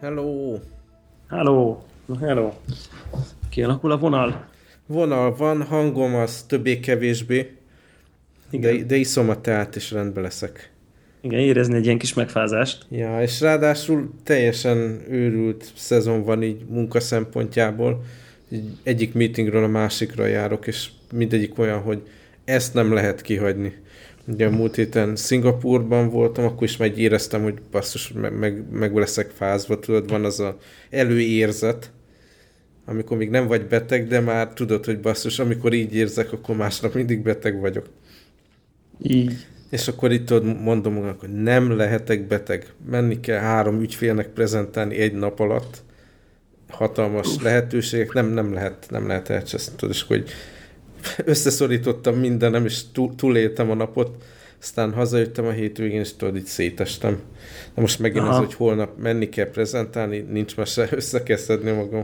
Hello! Hello! Na, hello! Kialakul a vonal? Vonal van, hangom az többé-kevésbé, Igen. de iszom a teát és rendbe leszek. Igen, érezni egy ilyen kis megfázást. Ja, és ráadásul teljesen őrült szezon van így munka szempontjából. Így egyik meetingről a másikra járok, és mindegyik olyan, hogy ezt nem lehet kihagyni. Ugye a múlt héten Szingapúrban voltam, akkor is már éreztem, hogy basszus, meg leszek fázva, tudod, van az a előérzet, amikor még nem vagy beteg, de már tudod, hogy basszus, amikor így érzek, akkor másnap mindig beteg vagyok. Így. És akkor itt tudod, mondom magamnak, hogy nem lehetek beteg. Menni kell 3 ügyfélnek prezentálni egy nap alatt. Hatalmas lehetőségek, nem lehet elcseszni. Tudod, és hogy összeszorítottam mindenem, és túléltem a napot. Aztán hazajöttem a hétvégén, és tudod, így szétestem. De most megint ez, hogy holnap menni kell prezentálni, nincs már se, össze kell szedni magam.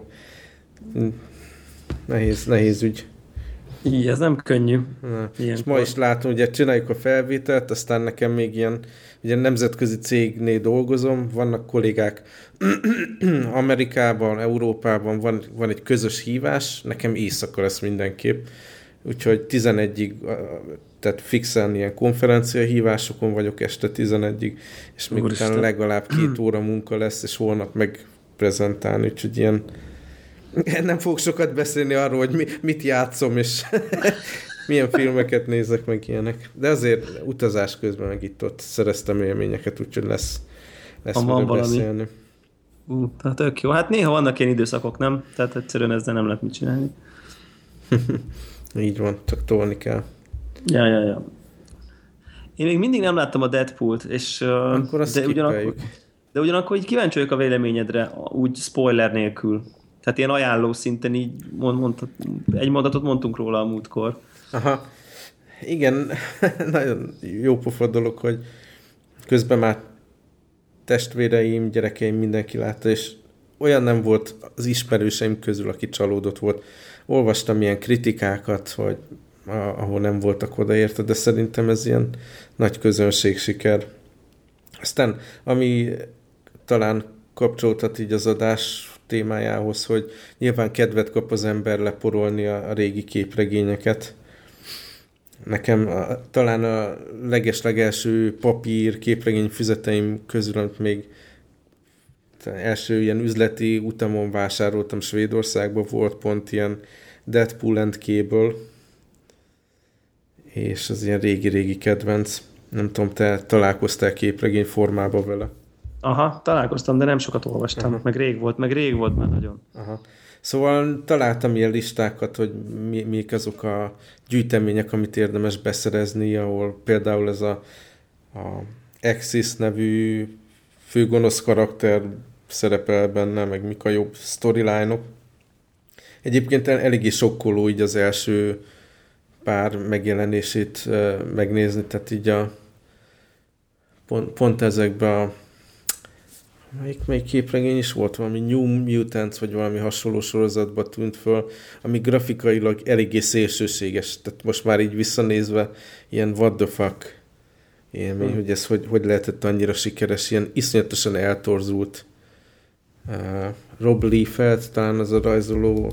Nehéz ügy. Így, ez nem könnyű. És ma is látom, ugye csináljuk a felvételt, aztán nekem még ilyen, ugye nemzetközi cégnél dolgozom, vannak kollégák Amerikában, Európában, van egy közös hívás, nekem éjszaka lesz mindenképp, úgyhogy 11-ig, tehát fixen ilyen konferencia hívásokon vagyok este 11-ig, és még utána legalább 2 óra munka lesz, és holnap meg prezentálni, úgyhogy ilyen nem fogok sokat beszélni arról, hogy mit játszom, és milyen filmeket nézek, meg ilyenek. De azért utazás közben meg itt-ott szereztem élményeket, úgyhogy lesz miről beszélni. Tehát tök jó. Hát néha vannak ilyen időszakok, nem? Tehát egyszerűen ezzel nem lehet mit csinálni. Így van, csak tolni kell. Ja. Én még mindig nem láttam a Deadpoolt, és de ugyanakkor így kíváncsi vagyok a véleményedre, úgy spoiler nélkül. Tehát ilyen ajánló szinten így egy mondatot mondtunk róla a múltkor. Aha. Igen, nagyon jó pofa dolog, hogy közben már testvéreim, gyerekeim, mindenki látta, és olyan nem volt az ismerőseim közül, aki csalódott volt. Olvastam ilyen kritikákat, hogy ahol nem voltak odaérte, de szerintem ez ilyen nagy közönség siker. Aztán, ami talán kapcsolódhat így az adás témájához, hogy nyilván kedvet kap az ember leporolni a régi képregényeket. Nekem talán a legeslegelső papír képregény füzeteim közül, amit még első ilyen üzleti utamon vásároltam Svédországban, volt pont ilyen Deadpool and Cable, és az ilyen régi-régi kedvenc. Nem tudom, te találkoztál képregény formában vele? Aha, találkoztam, de nem sokat olvastam. Aha. Meg rég volt már nagyon. Aha. Szóval találtam ilyen listákat, hogy mik azok a gyűjtemények, amit érdemes beszerezni, ahol például ez a Axis nevű főgonosz karakter szerepel benne, meg mik a jobb storyline-ok. Egyébként eléggé sokkoló így az első pár megjelenését megnézni, tehát így pont ezekben a melyik képregény is volt, valami New Mutants, vagy valami hasonló sorozatba tűnt föl, ami grafikailag eléggé szélsőséges. Tehát most már így visszanézve ilyen what the fuck élmény, hogy ez hogy lehetett annyira sikeres, ilyen iszonyatosan eltorzult. Rob Liefeld, talán az a rajzoló,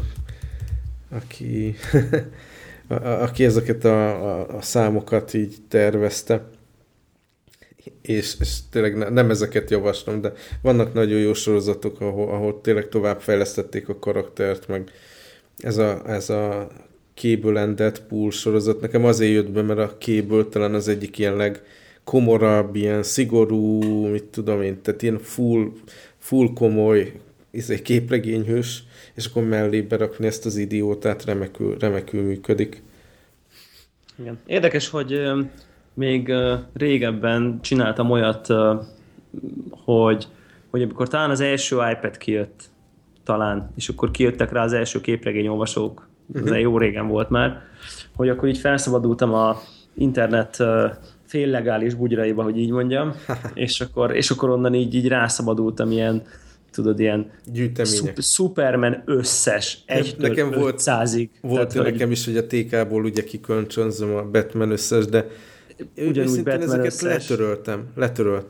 aki ezeket a számokat így tervezte. És tényleg nem ezeket javaslom, de vannak nagyon jó sorozatok, ahol tényleg továbbfejlesztették a karaktert, meg ez a Cable and Deadpool sorozat. Nekem azért jött be, mert a Cable talán az egyik ilyen legkomorabb, ilyen szigorú, mit tudom én, tehát ilyen full komoly képregényhős, és akkor mellé berakni ezt az idiótát, remekül működik. Igen. Érdekes, hogy még régebben csináltam olyat, hogy amikor talán az első iPad kijött, és akkor kijöttek rá az első képregényolvasók, ez jó régen volt már, hogy akkor így felszabadultam a internet féllegális bugyraiba, hogy így mondjam, és akkor onnan így rászabadultam ilyen, tudod, ilyen Superman összes 1-től 500-ig. Volt nekem is, hogy a TK-ból ugye kikölcsönzöm a Batman összes, de ugyanúgy Batman ezeket letöröltem.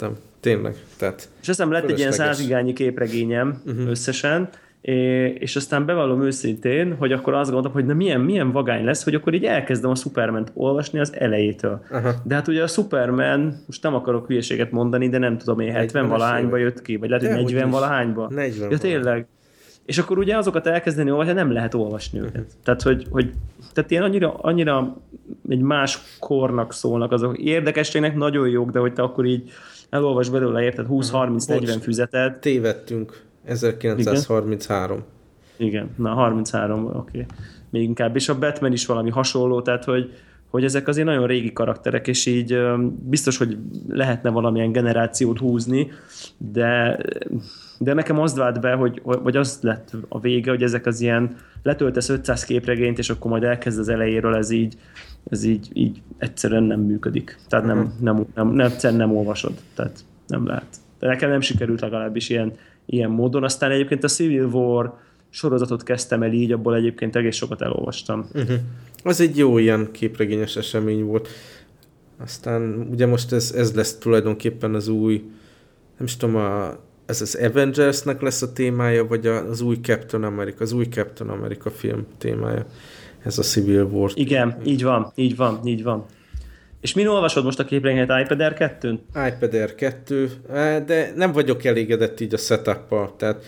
tényleg. Tehát és aztán lett egy ilyen fölösleges. 100 igányi képregényem összesen, és aztán bevallom őszintén, hogy akkor azt gondoltam, hogy na milyen vagány lesz, hogy akkor így elkezdem a Superman-t olvasni az elejétől. Aha. De hát ugye a Superman, most nem akarok hülyeséget mondani, de nem tudom én, 70 valahányba jött ki, vagy lehet, hogy 40 valahányba. 40 ja, tényleg. És akkor ugye azokat elkezdeni olvasni, nem lehet olvasni őket. Tehát, tehát ilyen annyira egy más kornak szólnak azok. Érdekességnek nagyon jók, de hogy te akkor így elolvasd belőle, érted, 20-30-40 füzetet. Tévedtünk. 1933. Igen, na 33, oké. Még inkább. És a Batman is valami hasonló, tehát hogy ezek azért nagyon régi karakterek, és így biztos, hogy lehetne valamilyen generációt húzni, de nekem az vált be, hogy az lett a vége, hogy ezek az ilyen letöltesz 500 képregényt, és akkor majd elkezd az elejéről, ez így egyszerűen nem működik. Tehát nem olvasod. Tehát nem lehet. De nekem nem sikerült legalábbis ilyen módon. Aztán egyébként a Civil War sorozatot kezdtem el így, abból egyébként egész sokat elolvastam. Az egy jó ilyen képregényes esemény volt. Aztán ugye most ez lesz tulajdonképpen az új, nem is tudom, ez az Avengersnek lesz a témája, vagy az új Captain America film témája. Ez a Civil War. Igen, így van. És min olvasod most a képregényt, iPad Air 2-n? iPad Air 2, de nem vagyok elégedett így a setup-pal. Tehát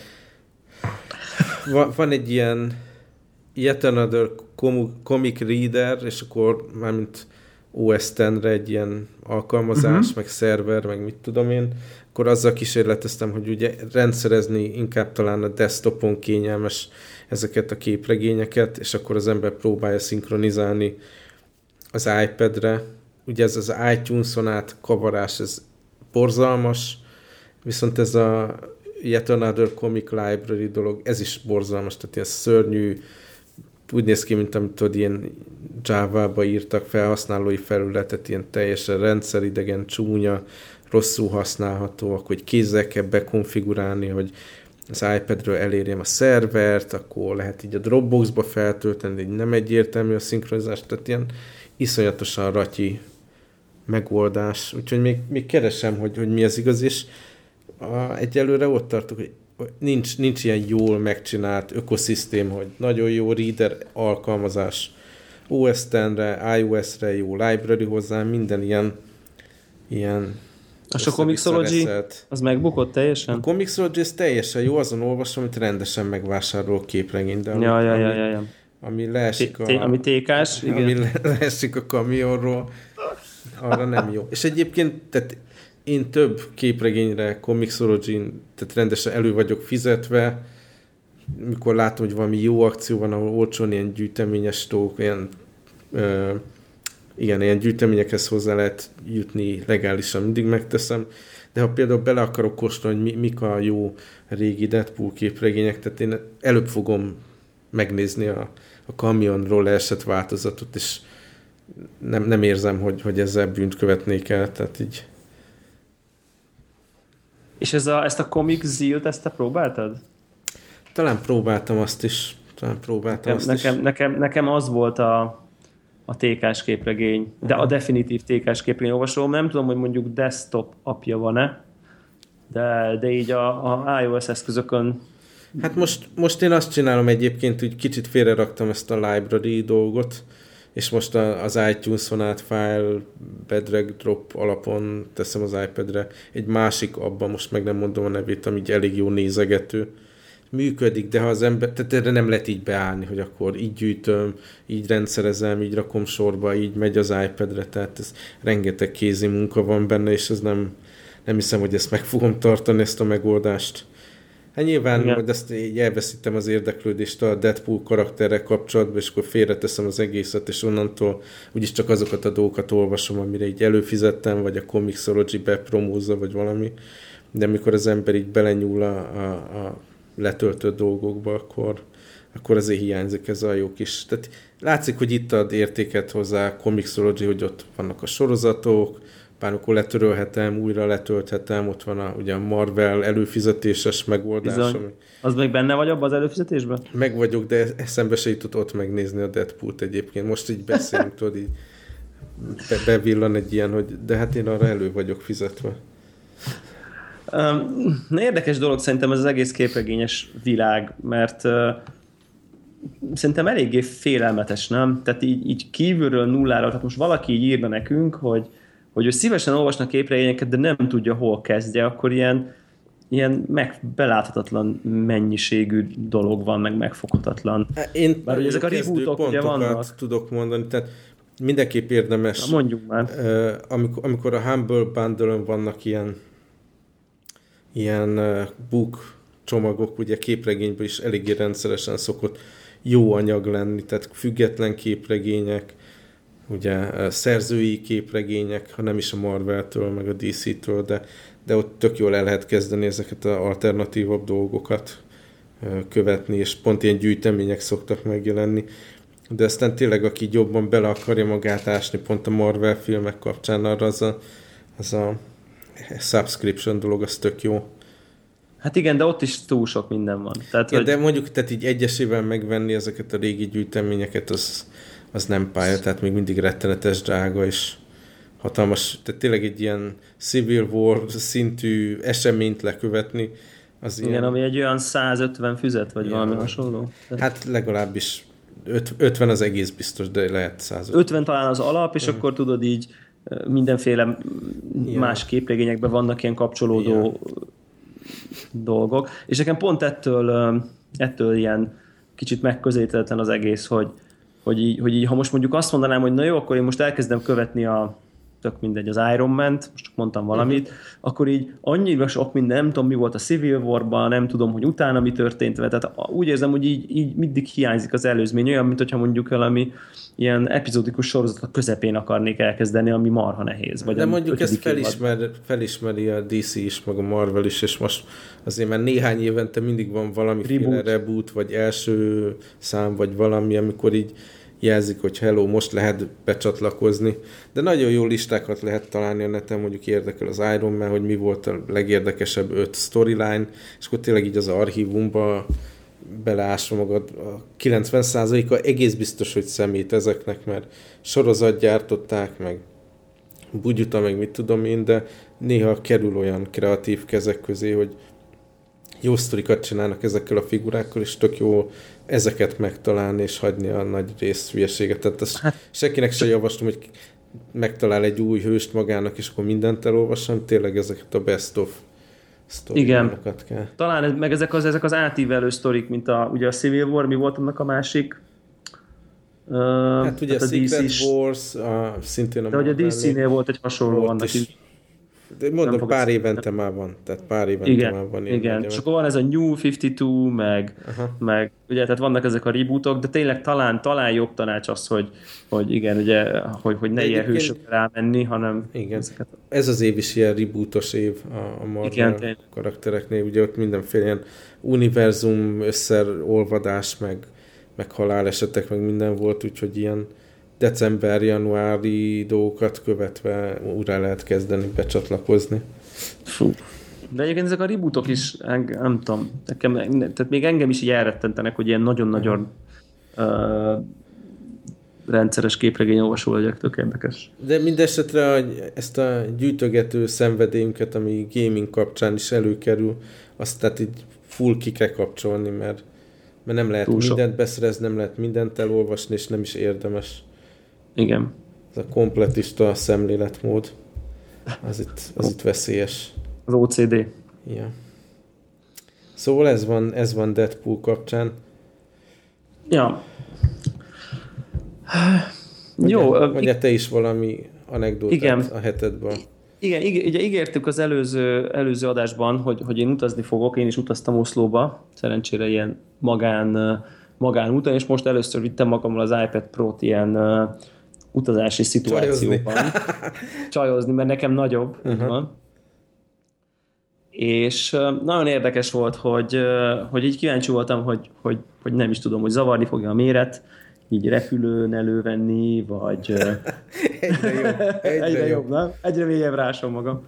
van egy ilyen Yet Another Comic Reader, és akkor mármint OS X-re egy ilyen alkalmazás, meg szerver, meg mit tudom én, akkor azzal kísérleteztem, hogy ugye rendszerezni inkább talán a desktopon kényelmes ezeket a képregényeket, és akkor az ember próbálja szinkronizálni az iPad-re. Ugye ez az iTunes-on át kavarás, ez borzalmas, viszont ez a Yet Another Comic Library dolog, ez is borzalmas, tehát ilyen szörnyű, úgy néz ki, mint amit tudod, ilyen Java-ba írtak felhasználói felületet, ilyen teljesen rendszeridegen, csúnya, rosszul használhatóak, hogy kézzel kell bekonfigurálni, hogy az iPadről elérjem a szervert, akkor lehet így a Dropboxba feltölteni, így nem egyértelmű a szinkronizás, tehát ilyen iszonyatosan ratyi megoldás. Úgyhogy még keresem, hogy mi az igaz, és egyelőre ott tartok, hogy nincs ilyen jól megcsinált ökoszisztém, hogy nagyon jó reader alkalmazás OS X-re, iOS-re, jó library hozzá, minden ilyen a Comixology, az megbukott teljesen? A Comixology ez teljesen jó, azon olvasom, amit rendesen megvásárol képregény, de ami leesik ami tékás, igen. Ami leesik a kamionról, arra nem jó. És egyébként, tehát én több képregényre, Comixology-n, tehát rendesen elő vagyok fizetve, mikor látom, hogy valami jó akció van, ahol olcsón ilyen gyűjteményes dolgok, ilyen gyűjteményekhez hozzá lehet jutni legálisan, mindig megteszem, de ha például bele akarok kóstolni, hogy mik a jó régi Deadpool képregények, tehát én előbb fogom megnézni a kamionról leesett változatot, és nem érzem, hogy ezzel bűnt követnék el, tehát így. És ezt a Comic Zeal-t, ezt te próbáltad? Talán próbáltam azt is. Nekem az volt a TK-s képregény, de a definitív TK-s képregény olvasóm. Nem tudom, hogy mondjuk desktop appja van-e, de így a iOS eszközökön. Hát most én azt csinálom egyébként, hogy kicsit félreraktam ezt a library dolgot, és most az iTunes-on át file drag drop alapon teszem az iPad-re egy másik abban, most meg nem mondom a nevét, ami így elég jó nézegető. Működik, de ha az ember, tehát erre nem lehet így beállni, hogy akkor így gyűjtöm, így rendszerezem, így rakom sorba, így megy az iPad-re, tehát ez rengeteg kézi munka van benne, és ez nem hiszem, hogy ezt meg fogom tartani, ezt a megoldást. Hát nyilván, hogy ezt így elveszítem az érdeklődést a Deadpool karakterrel kapcsolatban, és akkor félreteszem az egészet, és onnantól úgyis csak azokat a dolgokat olvasom, amire így előfizettem, vagy a Comixology bepromózza, vagy valami. De amikor az ember így belenyúl a letöltött dolgokba, akkor azért hiányzik ez a jó kis. Tehát látszik, hogy itt ad értéket hozzá a Comixology, hogy ott vannak a sorozatok, bármikor letörölhetem, újra letölthetem, ott van ugye a Marvel előfizetéses megoldás. Ami... Az még benne vagy abban az előfizetésben? Meg vagyok, de eszembe se jutott ott megnézni a Deadpoolt egyébként. Most így beszélünk, tudod, így bevillan egy ilyen, hogy de hát én arra elő vagyok fizetve. Érdekes dolog szerintem ez az egész képregényes világ, mert szerintem eléggé félelmetes, nem? Tehát így kívülről nullára, tehát most valaki így írna nekünk, hogy ő szívesen olvasna képregényeket, de nem tudja, hol kezdje, akkor ilyen beláthatatlan mennyiségű dolog van, meg megfoghatatlan. Bár ugye ezek a rebootok ugye vannak. Tudok mondani, tehát mindenképp érdemes. Na, mondjuk már. Amikor a Humble Bundle-ön vannak ilyen book csomagok, ugye képregényből is eléggé rendszeresen szokott jó anyag lenni, tehát független képregények, ugye szerzői képregények, ha nem is a Marvel-től, meg a DC-től, de ott tök jól el lehet kezdeni ezeket az alternatívabb dolgokat követni, és pont ilyen gyűjtemények szoktak megjelenni. De aztán tényleg, aki jobban bele akarja magát ásni, pont a Marvel filmek kapcsán arra az a subscription dolog, az tök jó. Hát igen, de ott is túl sok minden van. Tehát, ja, de mondjuk, tehát így egyesével megvenni ezeket a régi gyűjteményeket, az nem pálya, tehát még mindig rettenetes drága, és hatalmas, tehát tényleg egy ilyen Civil War szintű eseményt lekövetni. Az igen, ilyen, ami egy olyan 150 füzet, vagy valami hasonló. Hát legalábbis 50 az egész biztos, de lehet 150. 50 talán az alap, és akkor tudod így mindenféle más képregényekben vannak ilyen kapcsolódó dolgok. És nekem pont ettől ilyen kicsit megközelíthetetlen az egész, hogy így, ha most mondjuk azt mondanám, hogy na jó, akkor én most elkezdem követni tök mindegy, az Iron Man-t, most csak mondtam valamit, akkor így annyira sok minden, nem tudom, mi volt a Civil War-ban, nem tudom, hogy utána mi történt, tehát úgy érzem, hogy így mindig hiányzik az előzmény, olyan, mint hogyha mondjuk valami ilyen epizódikus sorozatok közepén akarnék elkezdeni, ami marha nehéz. Vagy de mondjuk ezt felismeri a DC is, meg a Marvel is, és most azért már néhány évente mindig van valamiféle reboot, vagy első szám, vagy valami, amikor így jelzik, hogy hello, most lehet becsatlakozni. De nagyon jó listákat lehet találni a neten, mondjuk érdekel az Iron Man, hogy mi volt a legérdekesebb 5 storyline, és akkor tényleg így az archívumba beleásva magad. A 90%-a egész biztos, hogy szemét ezeknek, mert sorozat gyártották, meg bugyuta, meg mit tudom én, de néha kerül olyan kreatív kezek közé, hogy jó sztorikat csinálnak ezekkel a figurákkal, és tök jó ezeket megtalálni, és hagyni a nagy rész hülyeséget. Tehát ezt senkinek se javaslom, hogy megtalál egy új hőst magának, és akkor mindent elolvassam, tényleg ezeket a best of sztoriokat kell. Talán meg ezek az átívelő sztorik, mint ugye a Civil War, mi volt annak a másik? Hát ugye a Secret Wars, szintén a... De ugye a DC-nél volt egy hasonló annak is. De mondom, pár évente már van. Tehát pár évente már van. Igen, és akkor van ez a New 52, meg ugye, tehát vannak ezek a rebootok, de tényleg talán jobb tanács az, hogy igen, ugye, hogy ne ilyen hősökre rámenni, hanem igen. Ezeket... Ez az év is ilyen rebootos év a Marvel karaktereknél, ugye ott mindenféle ilyen univerzum összeolvadás, meg halálesetek, meg minden volt, úgyhogy ilyen december-januári dolgokat követve újra lehet kezdeni becsatlakozni. Fú. De egyébként ezek a rebootok is, nem tudom, tehát még engem is így elrettentenek, hogy ilyen nagyon-nagyon rendszeres képregényolvasó legyek, tök érdekes. De mindesetre ezt a gyűjtögető szenvedélyünket, ami gaming kapcsán is előkerül, azt tehát így full ki kell kapcsolni, mert nem lehet mindent beszerezni, nem lehet mindent elolvasni, és nem is érdemes. Igen. Ez a kompletista szemléletmód, az itt veszélyes. Az OCD. Ja. Szóval ez van Deadpool kapcsán. Ja. Jó. Mondja te is valami anekdótát igen. A hetedben. Igen, ugye ígértük az előző adásban, hogy én utazni fogok, én is utaztam Oszlóba, szerencsére ilyen magán úton, és most először vittem magammal az iPad Pro-t ilyen utazási szituációban. Csajozni, mert nekem nagyobb. Van. És nagyon érdekes volt, hogy így kíváncsi voltam, hogy nem is tudom, hogy zavarni fogja a méret, így repülőn elővenni, vagy... Egyre jobb, nem? Egyre mélyebb rásom magam.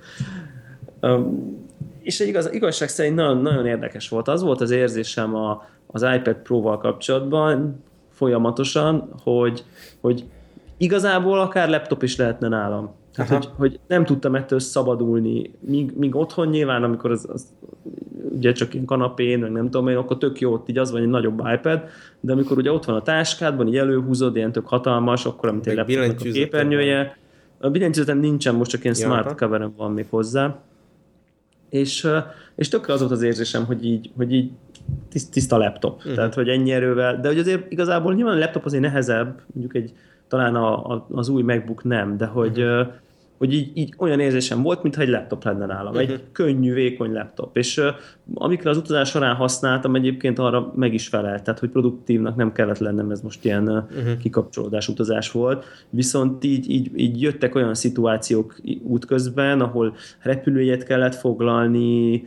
És igazság szerint nagyon, nagyon érdekes volt. Az volt az érzésem az iPad Pro-val kapcsolatban folyamatosan, hogy igazából akár laptop is lehetne nálam. Tehát, hogy nem tudtam ettől szabadulni. Míg otthon nyilván, amikor az ugye csak ilyen kanapén, meg nem tudom én, akkor tök jó, ott így az van egy nagyobb iPad, de amikor ugye ott van a táskádban, így előhúzod, ilyen tök hatalmas, akkor amit egy laptopnak a képernyője. A billentyűzetem nincsen, most csak ilyen smart coverem van még hozzá. És tökre az volt az érzésem, hogy így tiszta laptop. Tehát, hogy ennyi erővel, de hogy azért igazából nyilván a laptop azért nehezebb, mondjuk talán az új MacBook nem, de hogy így olyan érzésem volt, mintha egy laptop lenne nálam. Egy könnyű, vékony laptop. És amikor az utazás során használtam, egyébként arra meg is felelt. Tehát, hogy produktívnak nem kellett lennem, ez most ilyen kikapcsolódás utazás volt. Viszont így jöttek olyan szituációk útközben, ahol repülőjegyet kellett foglalni,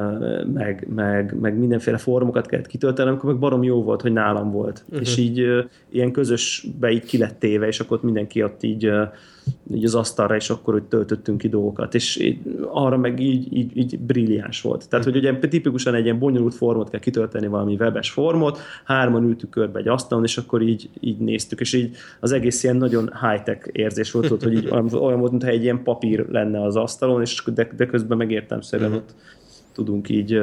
meg mindenféle formokat kellett kitölteni, amikor meg barom jó volt, hogy nálam volt. És így ilyen közösbe így ki lett téve, és akkor ott mindenki ott így az asztalra, és akkor úgy töltöttünk ki dolgokat. És arra meg így brilliáns volt. Tehát, hogy ugye tipikusan egy ilyen bonyolult formot kell kitölteni, valami webes formot, 3-an ültük körbe egy asztalon, és akkor így néztük, és így az egész ilyen nagyon high-tech érzés volt, hogy így olyan volt, mintha egy ilyen papír lenne az asztalon, és de közben megértelmszerűen ott tudunk így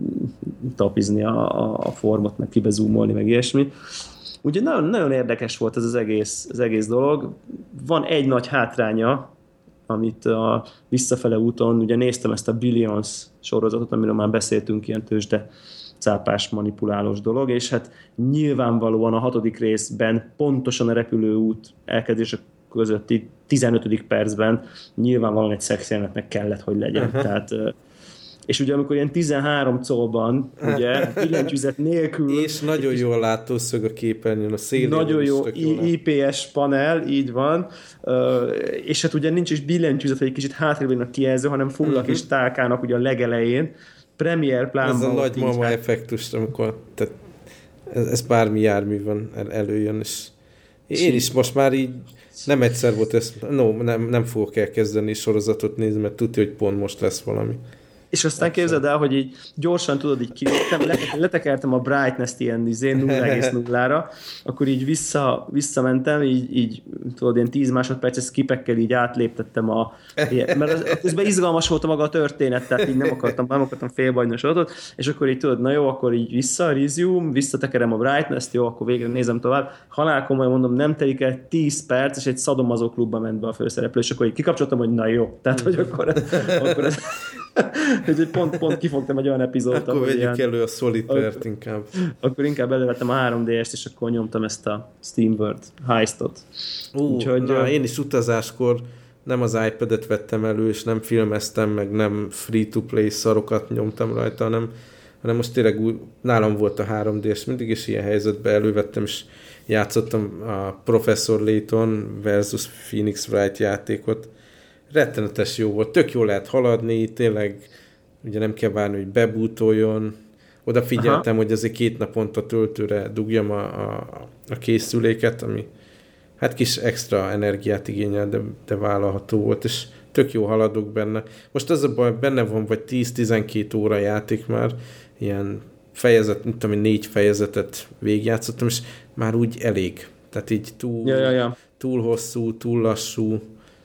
tapizni a formot, meg kibezoomolni, meg ilyesmi. Úgyhogy nagyon, nagyon érdekes volt ez az egész dolog. Van egy nagy hátránya, amit a visszafele úton, ugye néztem ezt a Billions sorozatot, amiről már beszéltünk, ilyen tőzsde cápás, manipulálós dolog, és hát nyilvánvalóan a 6. részben pontosan a repülőút elkezdése közötti 15. percben nyilvánvalóan egy szexjelenetnek kellett, hogy legyen. Tehát és ugye amikor ilyen 13 colban, ugye, billentyűzet nélkül... És nagyon jól látószög a képernyőn, a szélén. Nagyon jó, IPS panel, így van. És hát ugye nincs is billentyűzet, hogy egy kicsit hátrébb a kijelző, hanem full a kis tálkának ugye a legelején. Premiere plánban... Ez a nagymama effektust, amikor ez bármi járművön előjön, és én is most már így nem egyszer volt ezt, nem fogok elkezdeni sorozatot nézni, mert tudja, hogy pont most lesz valami. És aztán képzeld el, hogy így gyorsan tudod, így letekertem a brightness-t ilyen 0,0-ra, akkor így visszamentem, így tudod, ilyen 10 másodperces skipekkel így átléptettem mert közben izgalmas volt maga a történet, tehát így nem akartam félbehagyni a sorozatot, és akkor így tudod, na jó, akkor így resume, visszatekerem a brightness-t, jó, akkor végre nézem tovább. Halálkomolyan mondom, nem telik el 10 perc, és egy szadomazó klubba ment be a főszereplő, és akkor így kikapcsoltam, hogy na jó, tehát hogy akkor ez hogy pont kifogtam egy olyan epizódot. Akkor vegyük elő a Solitaire-t inkább. Akkor inkább elővettem a 3DS-t, és akkor nyomtam ezt a SteamWorld Heistot. Úgyhogy én is utazáskor nem az iPad-et vettem elő, és nem filmeztem, meg nem free-to-play szarokat nyomtam rajta, hanem most tényleg nálam volt a 3DS, mindig is ilyen helyzetben elővettem, és játszottam a Professor Layton versus Phoenix Wright játékot. Rettenetes jó volt, tök jól lehet haladni, tényleg ugye nem kell várni, hogy bebútoljon. Oda figyeltem, hogy azért 2 naponta töltőre dugjam a készüléket, ami hát kis extra energiát igényel, de vállalható volt, és tök jó haladok benne. Most az a baj, benne van vagy 10-12 óra játék már, ilyen fejezet, nem tudom, 4 fejezetet végigjátszottam, és már úgy elég. Tehát így túl hosszú, túl lassú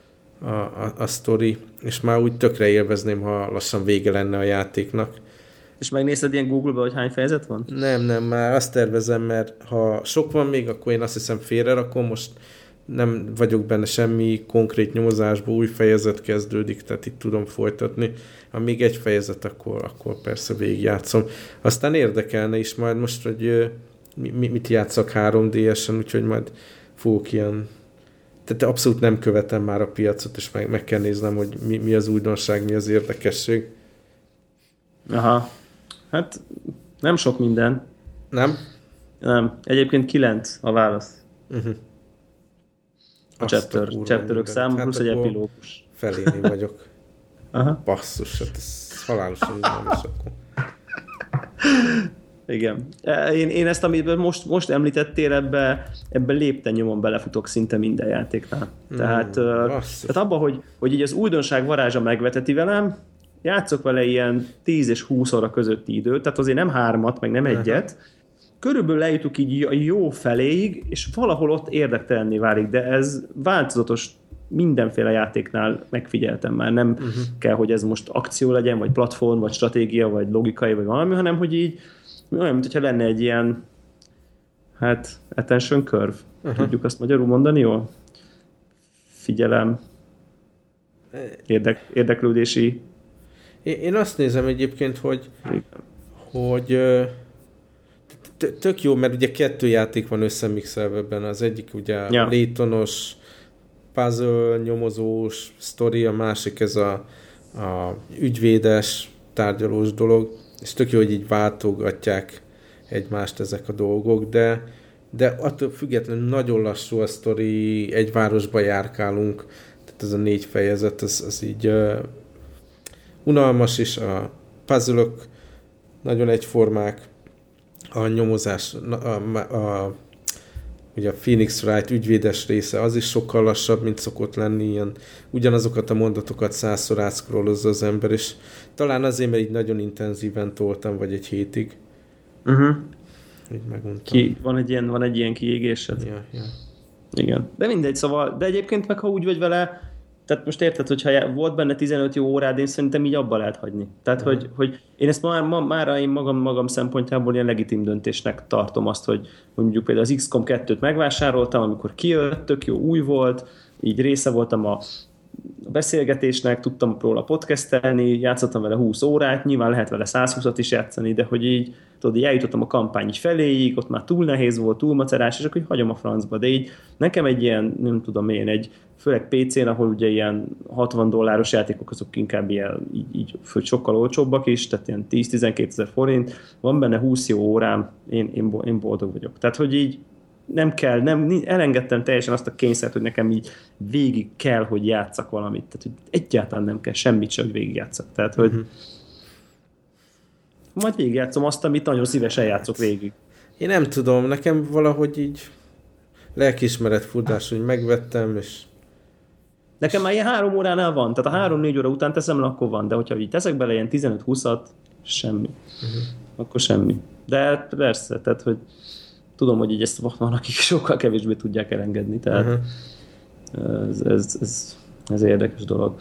a sztori, és már úgy tökre élvezném, ha lassan vége lenne a játéknak. És megnézted ilyen Google-ba, hogy hány fejezet van? Nem, már azt tervezem, mert ha sok van még, akkor én azt hiszem félrerakom, most nem vagyok benne semmi konkrét nyomozásból, új fejezet kezdődik, tehát itt tudom folytatni. Ha még egy fejezet, akkor persze végigjátszom. Aztán érdekelne is majd most, hogy mit játszak 3DS-en, úgyhogy majd fogok ilyen... Tehát abszolút nem követem már a piacot, és meg kell néznem, hogy mi az újdonság, mi az érdekesség. Aha. Hát nem sok minden. Nem? Nem. Egyébként 9 a válasz. A chapterök száma, plusz egy epilógus. Feléni vagyok. Aha. Basszus, hát ez halálosan nem is akkor. Igen. Én ezt, amit most említettél, ebbe lépten nyomon belefutok szinte minden játéknál. Tehát abban, hogy így az újdonság varázsa megveteti velem, játszok vele ilyen 10 és 20 óra közötti időt, tehát azért nem 3-at, meg nem 1-et, körülbelül lejutok így a jó feléig, és valahol ott érdektelenné válik, de ez változatos mindenféle játéknál megfigyeltem már. Nem kell, hogy ez most akció legyen, vagy platform, vagy stratégia, vagy logikai, vagy valami, hanem hogy így olyan, mintha lenne egy ilyen attention curve. Tudjuk azt magyarul mondani, jól? Figyelem, érdeklődési. Én azt nézem egyébként, hogy tök jó, mert ugye 2 játék van összemixelve ebben. Az egyik ugye Laytonos, puzzle, nyomozós, sztori, a másik ez a ügyvédes, tárgyalós dolog, és tök jó, hogy így váltogatják egymást ezek a dolgok, de attól függetlenül nagyon lassú a sztori, egy városba járkálunk, tehát ez a 4 fejezet, az így unalmas, és a puzzle-ök nagyon egyformák, a nyomozás, ugye a Phoenix Wright ügyvédes része, az is sokkal lassabb, mint szokott lenni, ilyen ugyanazokat a mondatokat 100-szor átszkrólozza az ember, és talán azért, mert így nagyon intenzíven toltam, vagy egy hétig. Így megmondtam. Van egy ilyen kiégésed? Ja. Igen. De mindegy, szóval, de egyébként meg ha úgy vagy vele, tehát most érted, hogyha volt benne 15 jó órád, én szerintem így abba lehet hagyni. Tehát, hogy én ezt már én magam szempontjából ilyen legitim döntésnek tartom azt, hogy mondjuk például az XCOM 2-t megvásároltam, amikor kijött, tök jó, új volt, így része voltam a beszélgetésnek, tudtam róla podcastelni, játszottam vele 20 órát, nyilván lehet vele 120-at is játszani, de hogy így, tudod, így eljutottam a kampány így feléig, ott már túl nehéz volt, túl macerás, és akkor így hagyom a francba. De így nekem egy ilyen, nem tudom én, főleg PC-n, ahol ugye ilyen $60 játékok, azok inkább ilyen, így sokkal olcsóbbak is, tehát ilyen 10-12 ezer forint, van benne 20 jó órám, én boldog vagyok. Tehát, hogy így elengedtem teljesen azt a kényszert, hogy nekem így végig kell, hogy játsszak valamit. Tehát, hogy egyáltalán nem kell semmit sem, hogy végig játsszak. Tehát, hogy majd végigjátszom azt, amit nagyon szívesen játszok végig. Én nem tudom, nekem valahogy így lelkiismeret furdás, hogy megvettem, és... Nekem már ilyen 3 óránál van, tehát a 3-4 óra után teszem le, akkor van, de hogyha így teszek bele ilyen 15-20-at, semmi. Akkor semmi. De persze, tehát, hogy tudom, hogy így ezt van, akik sokkal kevésbé tudják elengedni, tehát ez érdekes dolog.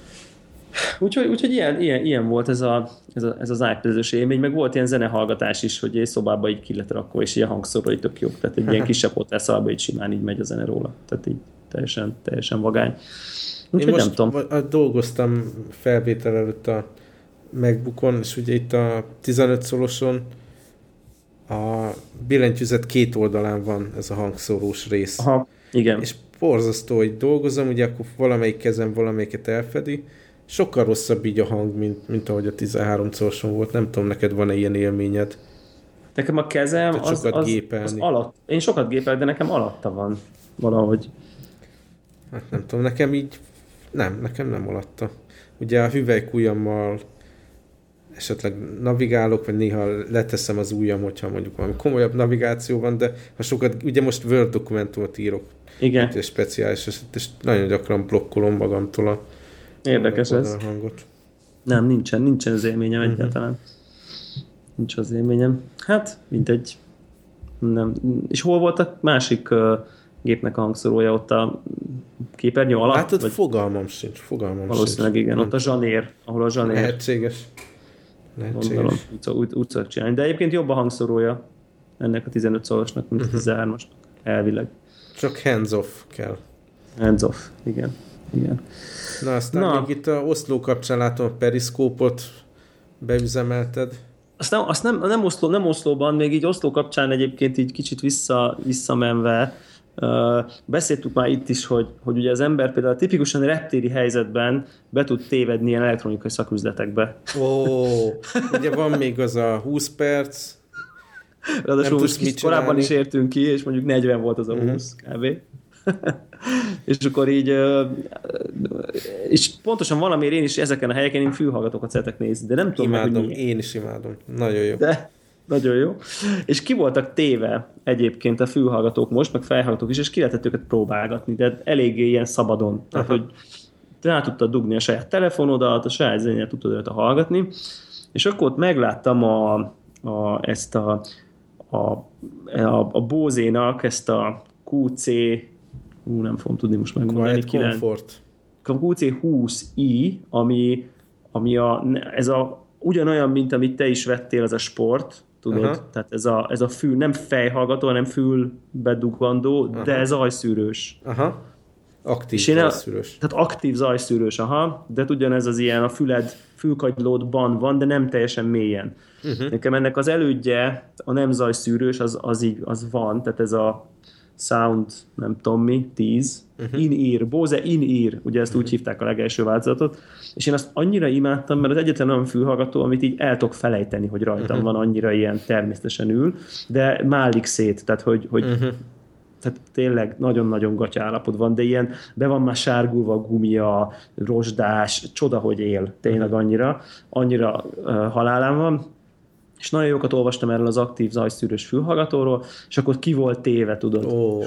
Úgyhogy ilyen volt ez az iPad-es élmény, meg volt ilyen zenehallgatás is, hogy egy szobába így ki lett rakva, és ilyen hangszóró így tök jó, tehát egy ilyen kisebb hotelszalba így simán így megy a zene róla, tehát így teljesen vagány. Úgyhogy én most nem tudom. Dolgoztam felvétel előtt a MacBookon, és ugye itt a 15 szoloson a billentyűzet 2 oldalán van ez a hangszórós rész. Aha, igen. És borzasztó, hogy dolgozom, ugye akkor valamelyik kezem valamelyiket elfedi. Sokkal rosszabb így a hang, mint ahogy a 13 szoroson volt. Nem tudom, neked van-e ilyen élményed? Nekem a kezem az alatt. Én sokat gépelek, de nekem alatta van valahogy. Hát nem tudom, nekem így nekem nem alatta. Ugye a hüvelykujjammal esetleg navigálok, vagy néha leteszem az ujjam, hogyha mondjuk valami komolyabb navigáció van, de ha sokat, ugye most Word dokumentumot írok. Igen. Egy speciális, és nagyon gyakran blokkolom magamtól a érdekes ez. hangot. Nem, nincsen az élményem egyáltalán. Nincs az élményem. Hát, mindegy. Nem. És hol volt a másik gépnek a hangszórója? Ott a képernyő alatt? Hát ott fogalmam sincs. Valószínűleg igen. Ott a zsanér, ahol a zsanér. Lehetséges. Gondolom, úgy szokott csinálni. De egyébként jobb a hangszórója ennek a 15 szorosnak, mint a 13-as. Elvileg. Csak hands-off kell. Hands-off, igen. Na, aztán még itt a Oszló kapcsán látom a periszkópot beüzemelted. Azt nem Oszlóban, még így Oszló kapcsán egyébként így kicsit visszamenve beszéltük már itt is, hogy ugye az ember például tipikusan reptéri helyzetben be tud tévedni ilyen elektronikai szaküzletekbe. Ugye van még az a 20 perc. Ráadásul most korábban is értünk ki, és mondjuk 40 volt az a 20 kb. És akkor így és pontosan valamiért én is ezeken a helyeken én fülhallgatókat szeretek nézni, de nem tudom imádom, meg, hogy én is imádom. Nagyon jó. De nagyon jó. És ki voltak téve egyébként a fülhallgatók most, meg fejhallgatók is, és ki lehetett őket próbálgatni, de eléggé ilyen szabadon. Tehát, hogy te rá tudtad dugni a saját telefonodat, a saját zenét tudtad őt hallgatni, és akkor ott megláttam ezt a Bose-nak ezt a QC nem fogom tudni most megmondani. Quiet Comfort. QC20i, ami ugyanolyan, mint amit te is vettél, az a sport, tudod? Aha. Tehát ez a fül, nem fejhallgató, hanem fülbedugandó, de ez zajszűrős. Aha. Aktív zajszűrős. Tehát aktív zajszűrős, de ugyanez az ilyen, a fülkagylódban van, de nem teljesen mélyen. Nekem ennek az elődje, a nem zajszűrős, az van, tehát ez a Sound, nem tudom mi, 10, in-ear, Bose in-ear, ugye ezt úgy hívták a legelső változatot, és én azt annyira imádtam, mert az egyetlen olyan fülhallgató, amit így el tudok felejteni, hogy rajtam van, annyira ilyen természetesen ül, de málik szét, tehát hogy tehát tényleg nagyon-nagyon gatya állapot van, de ilyen be van már sárgulva a gumia, rozsdás, csoda, hogy él, tényleg annyira halálán van. És nagyon jókat olvastam erről az aktív zajszűrős fülhallgatóról, és akkor ki volt téve, tudod.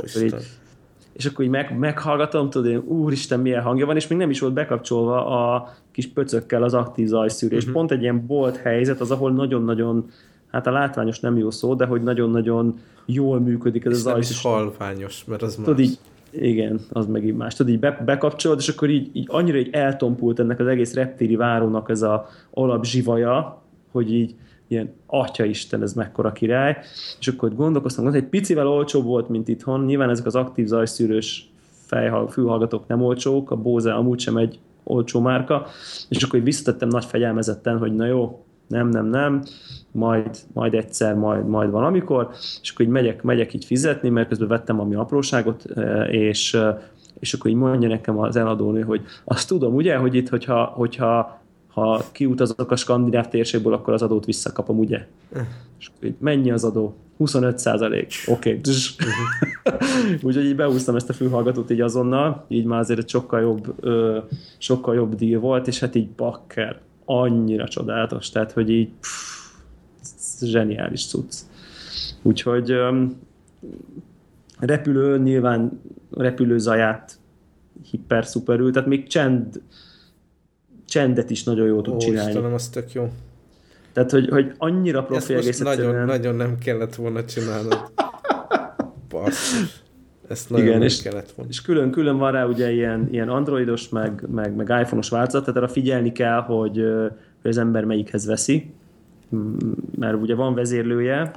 És akkor így meghallgatom, tudod, én, úristen, milyen hangja van, és még nem is volt bekapcsolva a kis pöcökkel az aktív zajszűrő. És pont egy ilyen bolt helyzet az, ahol nagyon-nagyon, hát a látványos nem jó szó, de hogy nagyon-nagyon jól működik ez a zajszűrő. És nem is halványos, mert az tudod, más. Így, igen, az meg így más. Tudod, így bekapcsolod, és akkor így annyira így eltompult ennek az egész reptéri várónak ez a alapzsivaja, hogy így ilyen, atyaisten, ez mekkora király, és akkor gondolkoztam, hogy egy picivel olcsóbb volt, mint itthon, nyilván ezek az aktív zajszűrős fülhallgatók nem olcsók, a Bose amúgy sem egy olcsó márka, és akkor visszatettem nagy fegyelmezetten, hogy na jó, nem, majd egyszer, majd valamikor, és akkor így megyek így fizetni, mert közben vettem valami apróságot, és akkor így mondja nekem az eladónő, hogy azt tudom, ugye, hogy itt, hogyha kiutazok a skandináv térségből, akkor az adót visszakapom, ugye? És mennyi az adó? 25%. Oké. Úgyhogy így behúztam ezt a fülhallgatót így azonnal, így már azért egy sokkal jobb díj volt, és hát így bakker, annyira csodálatos, tehát hogy így zseniális cucc. Úgyhogy repülő, nyilván repülőzaját hiper-szuperül, tehát még csendet is nagyon jól tud csinálni. Istenem, az tök jó. Tehát, hogy annyira profi egész egyszerűen. Nagyon nem kellett volna csinálnod. Basszus. Ezt nagyon igen, nem kellett volna. És külön van rá ugye ilyen androidos, meg iPhone-os változat, tehát arra figyelni kell, hogy az ember melyikhez veszi, mert ugye van vezérlője,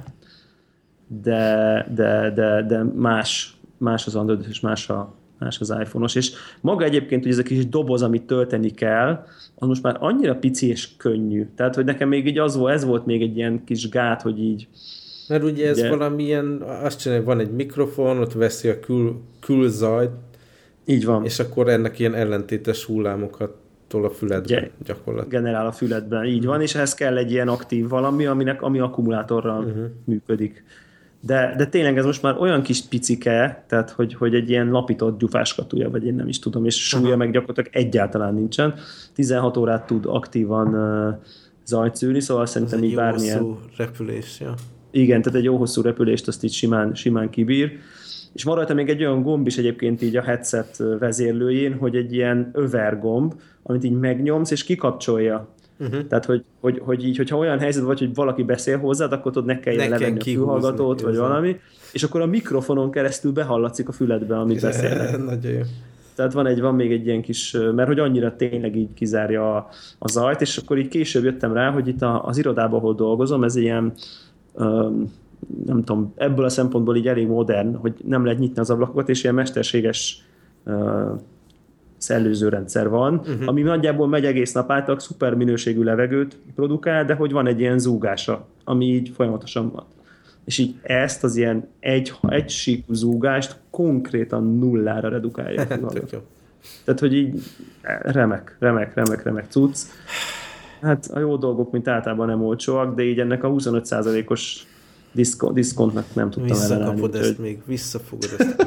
de más az androidos, és más az iPhone-os, és maga egyébként, hogy ez a kis doboz, amit tölteni kell, az most már annyira pici és könnyű. Tehát, hogy nekem még így ez volt még egy ilyen kis gát, hogy így... Mert ugye ez valamilyen, azt csinálja, van egy mikrofon, ott veszi a külzajt, így van. És akkor ennek ilyen ellentétes hullámokat tol a füledben gyakorlatilag. Generál a füledben, így van, és ehhez kell egy ilyen aktív valami, ami akkumulátorral működik. De tényleg ez most már olyan kis picike, tehát hogy egy ilyen lapított gyufáskatúja, vagy én nem is tudom, és súlya meg gyakorlatilag egyáltalán nincsen. 16 órát tud aktívan zajt szűrni, szóval szerintem így bármilyen... Jó hosszú repülés, ja. Igen, tehát egy jó hosszú repülést azt így simán kibír. És van rajta még egy olyan gomb is egyébként így a headset vezérlőjén, hogy egy ilyen över gomb, amit így megnyomsz és kikapcsolja. Tehát, hogy így, hogyha olyan helyzet vagy, hogy valaki beszél hozzád, akkor tudod, ne kelljen levenni a fülhallgatót, vagy valami, és akkor a mikrofonon keresztül behallatszik a füledbe, amit beszélnek. Nagyon jó. Tehát van még egy ilyen kis, mert hogy annyira tényleg így kizárja a zajt, és akkor így később jöttem rá, hogy itt az irodában, ahol dolgozom, ez ilyen nem tudom, ebből a szempontból így elég modern, hogy nem lehet nyitni az ablakokat, és ilyen mesterséges szellőzőrendszer van, ami nagyjából megy egész nap át, szuper minőségű levegőt produkál, de hogy van egy ilyen zúgása, ami így folyamatosan van. És így ezt az ilyen egy síkú zúgást konkrétan nullára redukálja. Tehát, hogy így remek cucc. Hát a jó dolgok, mint általában nem olcsóak, de így ennek a 25%-os diszkontnak nem tudtam ellenállni. Visszakapod ezt még, visszafogod ezt.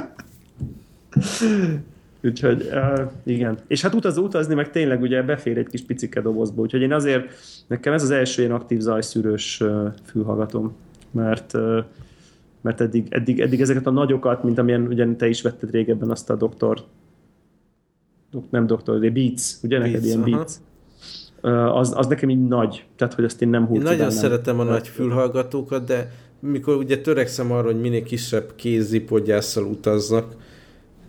Úgyhogy igen. És hát utazni meg tényleg ugye befér egy kis picike dobozba, úgyhogy én azért, nekem ez az első ilyen aktív zajszűrős fülhallgatom, mert eddig ezeket a nagyokat, mint amilyen ugye te is vetted régebben azt a de Beats, ugye neked ilyen Beats. Az nekem így nagy, tehát hogy azt én nem húzom. Nagyon szeretem a nagy fülhallgatókat, de mikor ugye törekszem arra, hogy minél kisebb kézzipodgyásszal utazzak,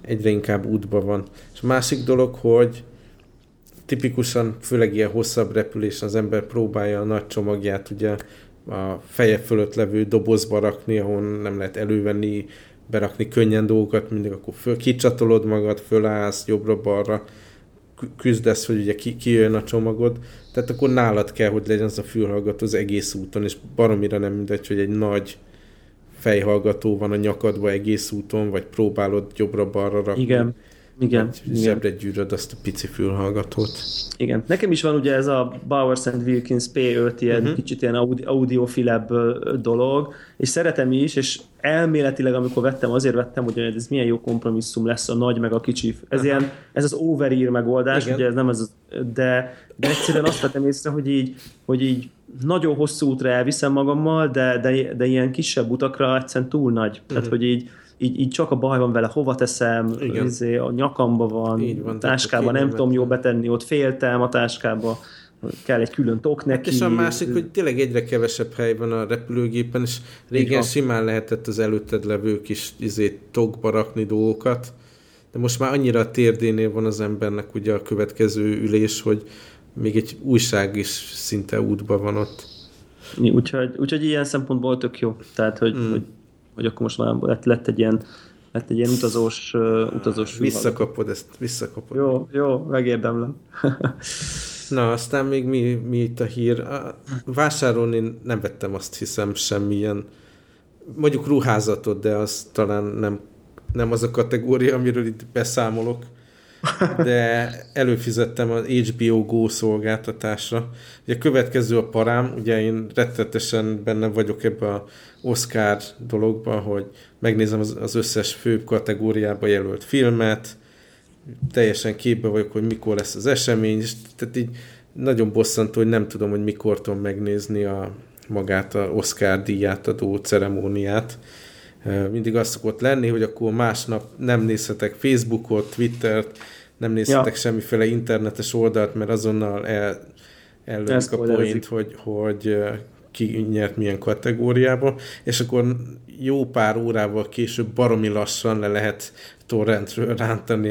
egyre inkább útban van. És a másik dolog, hogy tipikusan, főleg ilyen hosszabb repülés az ember próbálja a nagy csomagját ugye a feje fölött levő dobozba rakni, ahol nem lehet elővenni, berakni könnyen dolgokat, mindig akkor kicsatolod magad, fölállsz jobbra-balra, küzdesz, hogy ugye kijön a csomagod, tehát akkor nálad kell, hogy legyen az a fülhallgató az egész úton, és baromira nem mindegy, hogy egy nagy fejhallgató van a nyakadba egész úton, vagy próbálod jobbra-balra rakni. Igen. Zsebre gyűröd azt a pici fülhallgatót. Igen. Nekem is van ugye ez a Bowers & Wilkins P5 ilyen kicsit ilyen audiofilebb dolog, és szeretem is, és elméletileg, amikor vettem, azért vettem, hogy ez milyen jó kompromisszum lesz a nagy meg a kicsi. Ez az over-ear megoldás, igen. Ugye ez nem ez, de egyszerűen azt vettem észre, hogy így nagyon hosszú útra elviszem magammal, de ilyen kisebb utakra egyszerűen túl nagy. Tehát, hogy így csak a baj van vele, hova teszem, a nyakamba van, a táskában nem tudom jól betenni, ott féltem a táskába, kell egy külön tok neki. És a másik, hogy tényleg egyre kevesebb hely van a repülőgépen, és régen simán lehetett az előtted levő kis tokba rakni dolgokat, de most már annyira a térdénél van az embernek ugye a következő ülés, hogy még egy újság is szinte útban van ott. Úgyhogy ilyen szempontból tök jó. Tehát, hogy akkor most már lett egy ilyen utazós visszakapod. Jó, megérdemlem. Na, aztán még mi itt a hír? Vásárolni nem vettem, azt hiszem, semmilyen, mondjuk ruházatot, de az talán nem az a kategória, amiről itt beszámolok, de előfizettem az HBO Go szolgáltatásra. Ugye a következő a parám, ugye én rettetesen benne vagyok ebbe a Oscar dologba, hogy megnézem az összes főbb kategóriába jelölt filmet, teljesen képbe vagyok, hogy mikor lesz az esemény, és tehát így nagyon bosszantó, hogy nem tudom, hogy mikor tudom megnézni magát a Oscar díját adó ceremóniát. Mindig az szokott lenni, hogy akkor másnap nem nézhetek Facebookot, Twittert, nem nézhetek semmiféle internetes oldalt, mert azonnal ellövik a point, hogy ki nyert milyen kategóriába, és akkor jó pár órával később baromi lassan le lehet torrentről rántani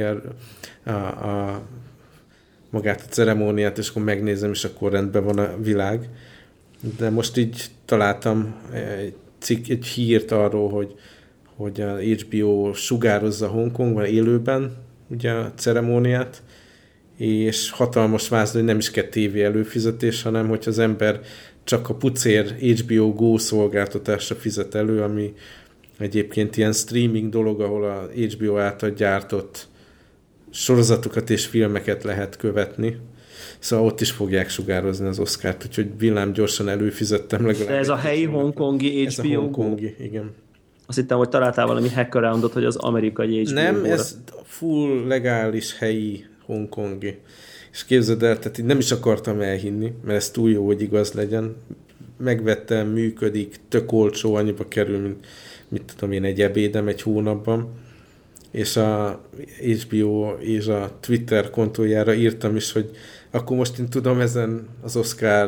magát a ceremóniát, és akkor megnézem, és akkor rendben van a világ. De most így találtam egy hírt arról, hogy a HBO sugározza Hongkongban élőben ugye a ceremóniát, és hatalmas vázol, hogy nem is kell tévé előfizetés, hanem hogy az ember csak a pucér HBO Go szolgáltatásra fizet elő, ami egyébként ilyen streaming dolog, ahol a HBO által gyártott sorozatokat és filmeket lehet követni. Szóval ott is fogják sugározni az Oscart, úgyhogy villám gyorsan előfizettem legalább. De ez a helyi hongkongi HBO Ez a hongkongi, igen. Azt hittem, hogy találtál valami hackaroundot, hogy az amerikai HBO Nem, ez full legális helyi hongkongi. És képzeld el, tehát nem is akartam elhinni, mert ez túl jó, hogy igaz legyen. Megvettem, működik, tök olcsó, annyiba kerül, mint mit tudom én, egy ebédem egy hónapban. És a HBO és a Twitter kontójára írtam is, hogy akkor most én tudom ezen az Oscar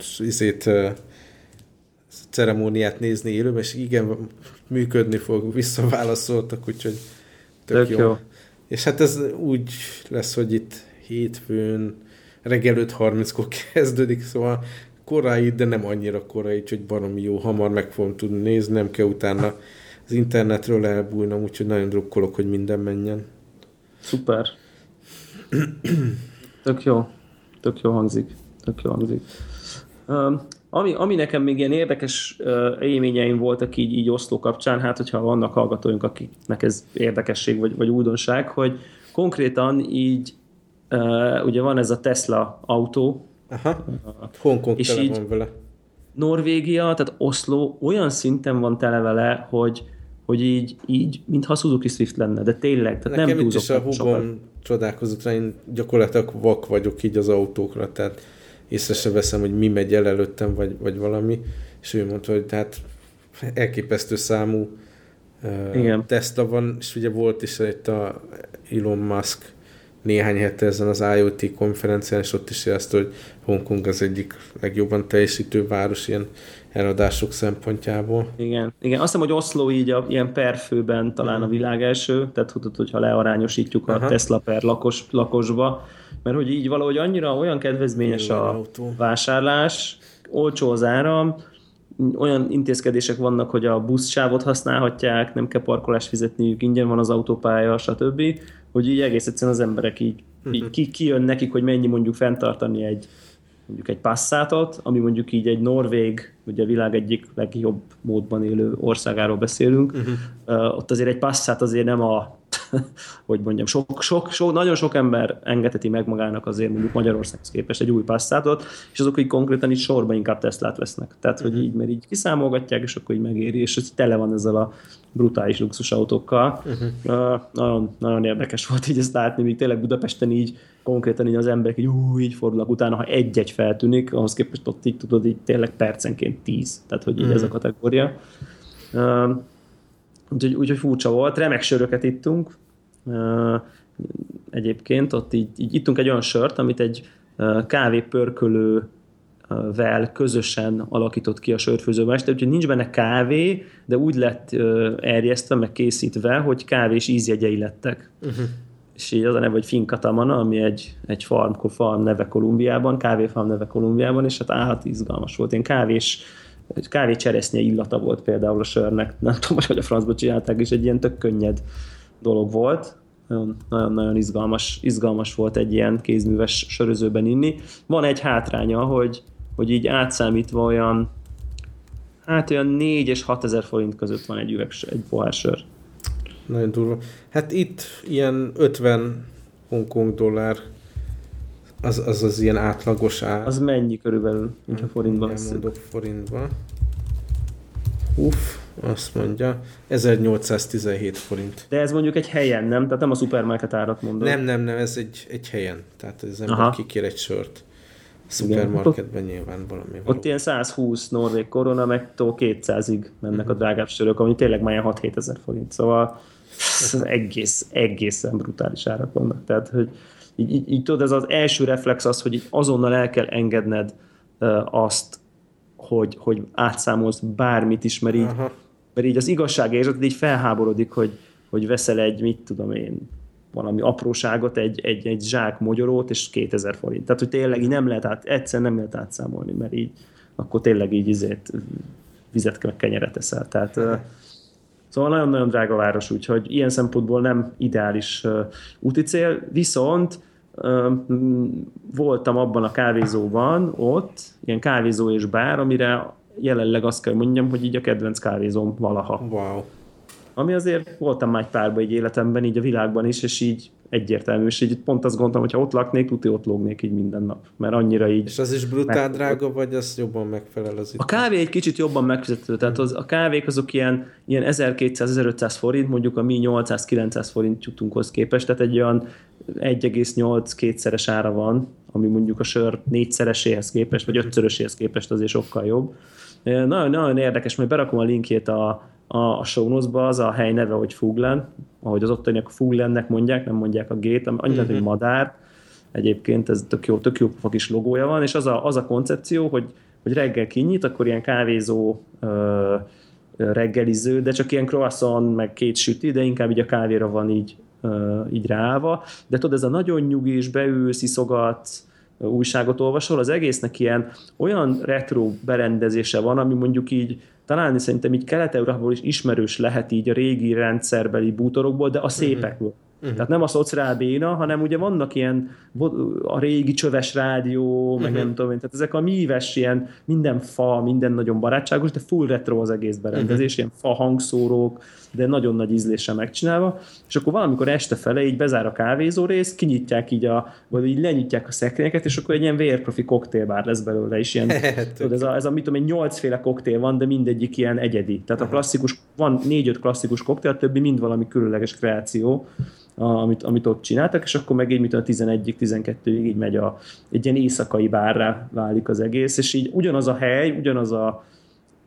ceremóniát nézni élőben, és igen, működni fog, visszaválaszoltak, úgyhogy tök jó. És hát ez úgy lesz, hogy itt hétfőn reggel 5:30-kor kezdődik, szóval korai, de nem annyira korai, hogy baromi jó, hamar meg fogom tudni nézni, nem kell utána az internetről elbújnom, úgyhogy nagyon drukkolok, hogy minden menjen. Szuper. Tök jó hangzik. Ami nekem még ilyen érdekes élményeim voltak így Oszló kapcsán, hát hogyha vannak hallgatóink, akiknek ez érdekesség vagy újdonság, hogy konkrétan így ugye van ez a Tesla autó. Aha. Hongkong tele van vele. Norvégia, tehát Oszló olyan szinten van tele vele, hogy így mintha a Suzuki Swift lenne, de tényleg, tehát nekem nem túlzok. Nekem is a húgom csodálkozott rá, én gyakorlatilag vak vagyok így az autókra, tehát észre se veszem, hogy mi megy el előttem, vagy valami, és ő mondta, hogy tehát elképesztő számú Tesla van, és ugye volt is itt a Elon Musk néhány hete ezen az IoT konferencián, és ott is jelezte, hogy Hongkong az egyik legjobban teljesítő város ilyen eladások szempontjából. Igen. Azt hiszem, hogy Oszló így ilyen per főben talán a világ első, tehát tudod, hogyha learányosítjuk a Tesla per lakosba, mert hogy így valahogy annyira olyan kedvezményes a vásárlás, olcsó az áram, olyan intézkedések vannak, hogy a buszsávot használhatják, nem kell parkolást fizetniük, ingyen van az autópálya, stb., hogy így egész egyszerűen az emberek így kijön nekik, hogy mennyi mondjuk fenntartani mondjuk egy Passatot, ami mondjuk így egy norvég, ugye a világ egyik legjobb módban élő országáról beszélünk, ott azért egy Passat azért nem hogy mondjam, nagyon sok ember engedheti meg magának azért mondjuk Magyarországhoz képest egy új Passatot, és azok így konkrétan így sorban inkább Teslát vesznek. Tehát, hogy így, mert így kiszámolgatják, és akkor így megéri, és ez tele van ezzel a brutális luxusautókkal. Nagyon, nagyon érdekes volt így ezt látni, míg tényleg Budapesten így konkrétan így az emberek így fordulnak utána, ha egy-egy feltűnik, ahhoz képest ott így tudod, így tényleg percenként 10. Tehát, hogy így ez a kategória. Úgyhogy furcsa volt. Remek söröket ittunk. Egyébként ott így ittunk egy olyan sört, amit egy kávépörkölővel közösen alakított ki a sörfőzőmester, úgyhogy nincs benne kávé, de úgy lett erjesztve, meg készítve, hogy kávés ízjegyei lettek. És így az a neve, hogy Finca Tamana, ami egy farm neve Kolumbiában, kávéfarm neve Kolumbiában, és hát izgalmas volt. Ilyen kávé cseresznye illata volt például a sörnek. Nem tudom, hogy a francba csinálták, és egy ilyen tök könnyed dolog volt. Nagyon izgalmas volt egy ilyen kézműves sörözőben inni. Van egy hátránya, hogy így átszámítva olyan 4 és 6 ezer forint között van egy pohár sör. Nagyon durva. Hát itt ilyen 50 Hongkong dollár az ilyen átlagos ár. Az mennyi körülbelül, hogyha forintban veszünk? Mondok forintba. Azt mondja, 1817 forint. De ez mondjuk egy helyen, nem? Tehát nem a szupermarket árat mondod. Nem, ez egy helyen. Tehát az ember kikér egy sört. A szupermarketben nyilván valami való. Ott ilyen 120 norvég korona, meg 200-ig mennek a drágább sörök, ami tényleg már 6-7 ezer forint. Szóval egészen brutális árak vannak. Tehát, hogy így tudod, ez az első reflex az, hogy így azonnal el kell engedned azt, hogy átszámolsz bármit is, mert így az igazságérzeted így felháborodik, hogy veszel egy, mit tudom én, valami apróságot, egy zsák mogyorót, és 2000 forint. Tehát, hogy tényleg így egyszerűen nem lehet átszámolni, mert így akkor tényleg így vizet meg kenyeret eszel. Tehát, szóval nagyon-nagyon drága város, úgyhogy ilyen szempontból nem ideális úti cél, viszont voltam abban a kávézóban ott, ilyen kávézó és bár, amire jelenleg azt kell mondjam, hogy így a kedvenc kávézóm valaha. Wow. Ami azért voltam már egy párba egy életemben, így a világban is, és így egyértelmű, és így pont azt gondoltam, hogy ha ott laknék, ott lógnék így minden nap, mert annyira így... És az is brutál drága, vagy az jobban megfelel az itt? A kávé egy kicsit jobban megfizethető, tehát a kávék azok ilyen 1200-1500 forint, mondjuk a mi 800-900 forintjunkhoz képest, tehát egy olyan 1,8-2-szeres ára van, ami mondjuk a sör 4-szereséhez képest, vagy 5-szöröséhez képest azért sokkal jobb. Nagyon érdekes, majd berakom a linkjét a show notes-ba, az a hely neve, hogy Fuglen, ahogy az ottaniak Fuglennek mondják, nem mondják a G-t, annyira, hogy madár. Egyébként ez tök jó kis logója van, és az a koncepció, hogy reggel kinyit, akkor ilyen kávézó reggeliző, de csak ilyen croissant, meg 2 süti, de inkább így a kávéra van így ráállva. De tudod, ez a nagyon nyugis, beülsz, iszogatsz, újságot olvasol, az egésznek ilyen olyan retro berendezése van, ami mondjuk így talán szerintem így Kelet-Európából is ismerős lehet így a régi rendszerbeli bútorokból, de a szépekből. Tehát nem a szocrábéna, hanem ugye vannak ilyen a régi csöves rádió, meg nem tudom én, tehát ezek a míves ilyen minden fa, minden nagyon barátságos, de full retro az egész berendezés, ilyen fa hangszórók, de nagyon nagy ízléssel megcsinálva, és akkor valamikor este fele így bezár a kávézó rész, kinyitják így vagy így lenyitják a szekrényeket, és akkor egy ilyen vérprofi koktélbár lesz belőle is, ilyen, tudod, ez a mit tudom én, 8 féle koktél van, de mindegyik ilyen egyedi. Tehát a klasszikus, van 4-5 klasszikus koktél, a többi mind valami különleges kreáció, amit ott csináltak, és akkor meg így, mint a 11-12-ig így megy egy ilyen éjszakai bárrá válik az egész, és így ugyanaz a hely, ugyanaz a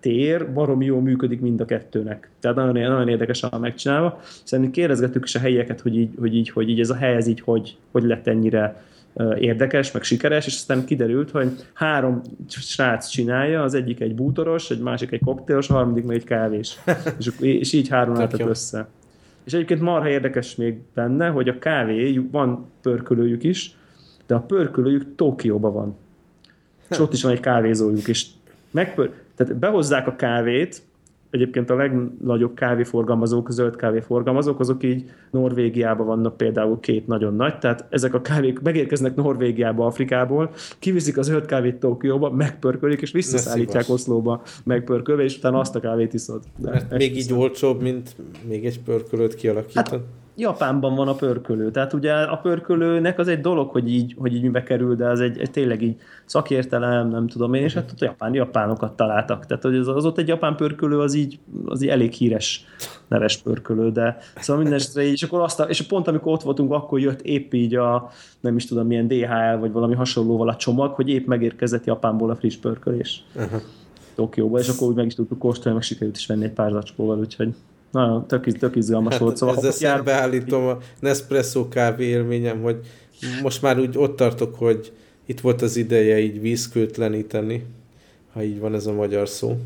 tér baromi jól működik mind a kettőnek. Tehát nagyon érdekesen megcsinálva. Szerintem kérdezgettük is a helyieket, hogy így ez a hely, ez így hogy lett ennyire érdekes, meg sikeres, és aztán kiderült, hogy 3 srác csinálja, az egyik egy bútoros, egy másik egy koktélos, a harmadik meg egy kávés. És így 3 álltak össze. És egyébként marha érdekes még benne, hogy a kávé, van pörkölőjük is, de a pörkölőjük Tokióban van. És ott is van egy kávézójuk, és tehát behozzák a kávét, egyébként a legnagyobb kávéforgalmazók, zöld kávéforgalmazók, azok így Norvégiában vannak például 2 nagyon nagy, tehát ezek a kávék megérkeznek Norvégiába, Afrikából, kiviszik az zöld kávét Tokióba, megpörkölik, és visszaszállítják Oszlóba megpörkölve, és utána azt a kávét iszod. Mert még így olcsóbb, mint még egy pörkölőt kialakítani. Hát, Japánban van a pörkölő, tehát ugye a pörkölőnek az egy dolog, hogy így mibe kerül, de az egy tényleg így szakértelem, nem tudom én, és hát ott japánokat találtak. Tehát az ott egy japán pörkölő az így elég híres neves pörkölő, de szóval minden esetre így, és pont amikor ott voltunk, akkor jött épp így a, nem is tudom milyen DHL, vagy valami hasonlóval a csomag, hogy épp megérkezett Japánból a friss pörkölés Tokióba, és akkor úgy meg is tudtuk kóstolni, meg sikerült is venni egy pár zacskóval, úgyhogy nagyon tök izgalmas volt. Szóval ezzel szembeállítom a Nespresso kávé élményem, hogy most már úgy ott tartok, hogy itt volt az ideje így vízkőtleníteni, ha így van ez a magyar szó,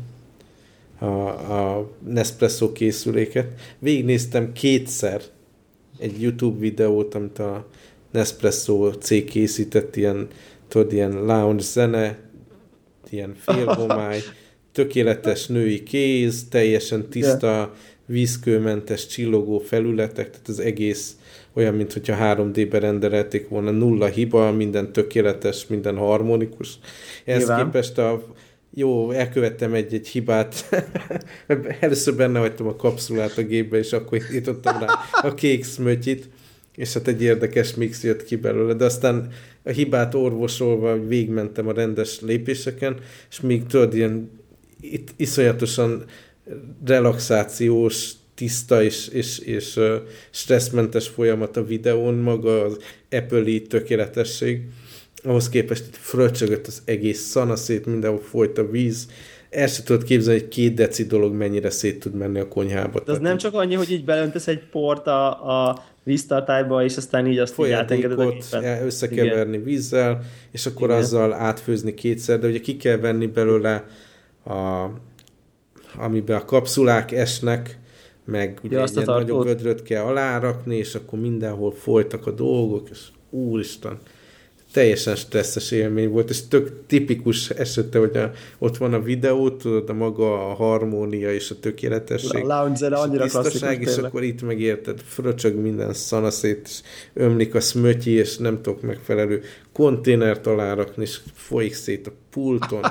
a Nespresso készüléket. Végignéztem 2-szer egy YouTube videót, amit a Nespresso cég készített, ilyen lounge zene, ilyen félhomály, tökéletes női kéz, teljesen tiszta, vízkőmentes, csillogó felületek, tehát az egész olyan, mintha 3D-be rendelték volna, 0 hiba, minden tökéletes, minden harmonikus. Ehhez képest elkövettem egy hibát. Először benne hagytam a kapszulát a gépbe, és akkor nyitottam rá a kék szmötyit, és hát egy érdekes mix jött ki belőle, de aztán a hibát orvosolva végigmentem a rendes lépéseken, és még tudod, ilyen iszonyatosan relaxációs, tiszta és stresszmentes folyamat a videón, maga az Apple-i tökéletesség. Ahhoz képest itt fröccsögött az egész szanaszét, mindenhol folyt a víz. El sem tudod képzelni, hogy 2 deci dolog mennyire szét tud menni a konyhába. De az nem csak annyi, hogy így belöntesz egy port a víztartályba, és aztán így azt így átengeded a gépet. Össze kell verni vízzel, és akkor azzal átfőzni 2-szer, de ugye ki kell venni belőle amiben a kapszulák esnek, meg ugye egy nagyobb vödröt kell alárakni, és akkor mindenhol folytak a dolgok, és úristen, teljesen stresszes élmény volt, és tök tipikus esete, hogy ott van a videó, tudod, a maga a harmónia és a tökéletesség, a lounge-zene annyira klasszikus, és akkor itt megérted, fröcsög minden szanaszét, és ömlik a szmötyi, és nem tudok megfelelő konténert alárakni, és folyik szét a pulton.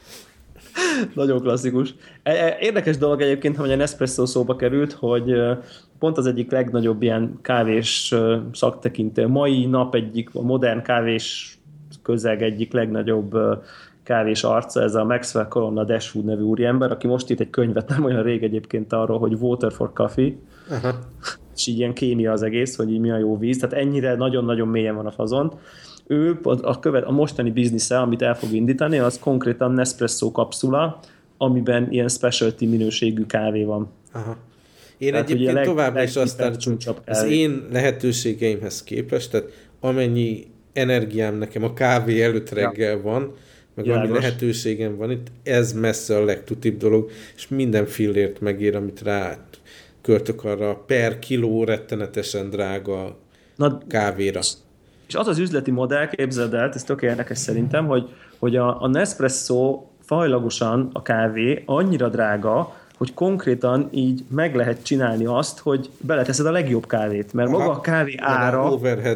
Nagyon klasszikus. Érdekes dolog egyébként, hogy a Nespresso szóba került, hogy pont az egyik legnagyobb ilyen kávés szaktekintő, mai nap a modern kávés közeg egyik legnagyobb kávés arca, ez a Maxwell Colonna Dashwood nevű úriember, aki most írt egy könyvet nem olyan rég egyébként arról, hogy Water for Coffee, és így ilyen kémia az egész, hogy így mi a jó víz, tehát ennyire nagyon-nagyon mélyen van a fazon. Ő a mostani biznisze, amit el fog indítani, az konkrétan Nespresso kapszula, amiben ilyen specialty minőségű kávé van. Aha. Én tehát, egyébként továbbra is azt tartom, az én lehetőségeimhez képest, tehát amennyi energiám nekem a kávé előtt reggel van, meg valami lehetőségem van itt, ez messze a legtutibb dolog, és minden fillért megér, amit rá költök arra per kiló rettenetesen drága kávéra. És az az üzleti modell, képzeld el, ez tök érdekes szerintem, hogy a Nespresso fajlagosan a kávé annyira drága, hogy konkrétan így meg lehet csinálni azt, hogy beleteszed a legjobb kávét, mert maga a kávé ára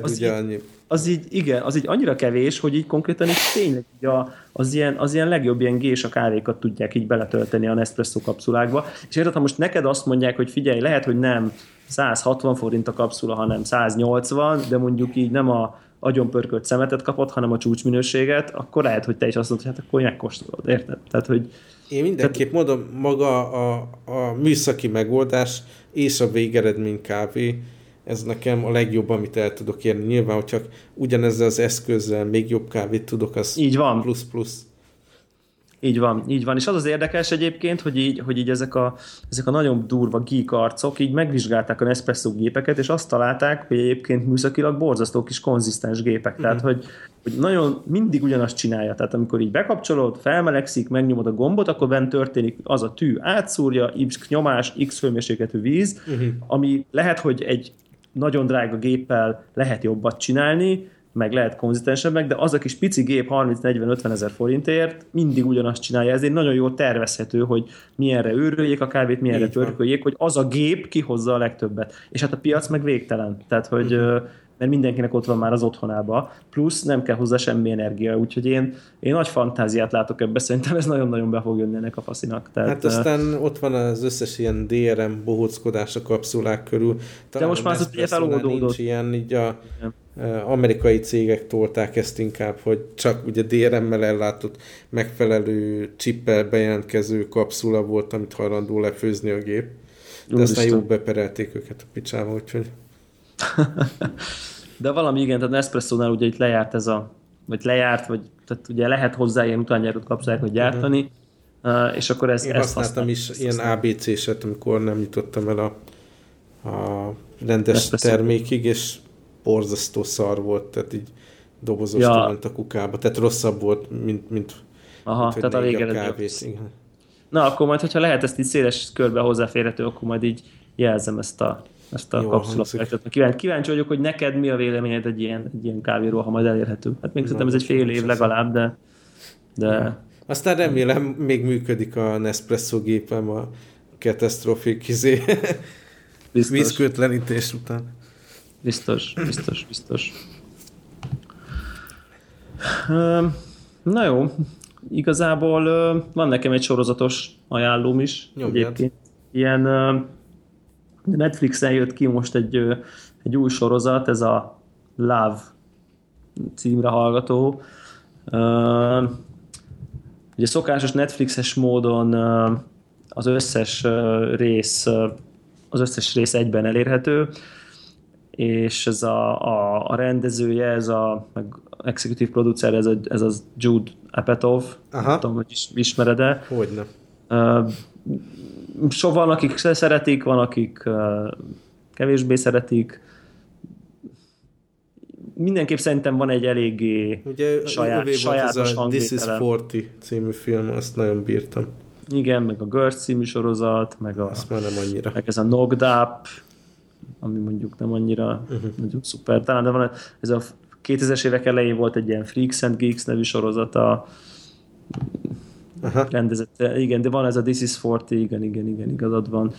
az így annyira kevés, hogy így konkrétan így tényleg így az ilyen legjobb ilyen gésa kávékat tudják így beletölteni a Nespresso kapszulákba, és érted, ha most neked azt mondják, hogy figyelj, lehet, hogy nem 160 forint a kapszula, hanem 180, de mondjuk így nem a agyonpörkölt szemetet kapod, hanem a csúcsminőséget, akkor lehet, hogy te is azt mondod, hogy hát akkor megkóstolod, érted? Tehát, hogy én mindenképp mondom, maga a műszaki megoldás és a végeredmény kávé, ez nekem a legjobb, amit el tudok érni. Nyilván, hogy csak ugyanezzel az eszközzel még jobb kávét tudok, az így van. plusz-plusz. Így van, így van. És az az érdekes egyébként, hogy így ezek a nagyon durva geek arcok így megvizsgálták a Nespresso gépeket, és azt találták, hogy egyébként műszakilag borzasztó kis konzisztens gépek. Tehát, hogy nagyon mindig ugyanazt csinálja. Tehát amikor így bekapcsolod, felmelegszik, megnyomod a gombot, akkor bent történik az a tű átszúrja, X nyomás, X hőmérsékletű víz, ami lehet, hogy egy nagyon drága géppel lehet jobbat csinálni, meg lehet konzisztensebbek, de az a kis pici gép 30-40-50 ezer forintért mindig ugyanazt csinálja. Ezért nagyon jól tervezhető, hogy milyenre őröljék a kávét, milyenre pörköljék, hogy az a gép kihozza a legtöbbet. És hát a piac meg végtelen. Tehát, hogy mert mindenkinek ott van már az otthonába, plusz nem kell hozzá semmi energia, úgyhogy én nagy fantáziát látok ebbe, szerintem ez nagyon-nagyon be fog jönni ennek a faszinak. Tehát, hát aztán ott van az összes ilyen DRM bohóckodás a kapszulák körül. Talán de most már az ugye feloldódott. Nincs ilyen, így a amerikai cégek tolták ezt inkább, hogy csak ugye DRM-mel ellátott megfelelő csippel bejelentkező kapszula volt, amit hajlandó lefőzni a gép. De aztán jó beperelték őket a picsába, úgyhogy... De valami igen, tehát Nespresso-nál ugye itt lejárt tehát ugye lehet hozzá ilyen utángyártott kapszulákat gyártani, és akkor ezt használtam is ilyen ABC-set, amikor nem jutottam el a rendes Nespresso termékig, és borzasztó szar volt, tehát így dobozostul ment a kukába, tehát rosszabb volt, mint tehát a végeredmény. Na, akkor majd, hogyha lehet ezt így széles körbe hozzáférhető, akkor majd így jelzem ezt a kapszulaprojektet. Kíváncsi vagyok, hogy neked mi a véleményed egy ilyen kávéról, ha majd elérhető. Hát még szerintem ez egy fél év legalább, de... Aztán remélem még működik a Nespresso gépem a katasztrofik vízkötlenítés után. Biztos. Na jó, igazából van nekem egy sorozatos ajánlóm is. Egyébként. Ilyen Netflixen jött ki most egy új sorozat, ez a Love címre hallgató. Ugye szokásos Netflixes módon az összes rész egyben elérhető, és ez a rendezője, ez meg executive producer, ez az Judd Apatow, nem tudom, hogy ismered-e. Hogyne. Van, akik szeretik, van, akik kevésbé mindenképp szerintem van egy eléggé sajátos hangvétele. This is 40 című film, azt nagyon bírtam. Igen, meg a Girls című sorozat, meg már nem annyira. Meg ez a Knocked Up, ami mondjuk nem annyira mondjuk szuper. Talán, de van ez a 2000-es évek elején volt egy ilyen Freaks and Geeks nevű sorozata, rendezett, igen, de van ez a This is 40, igen, igazad van.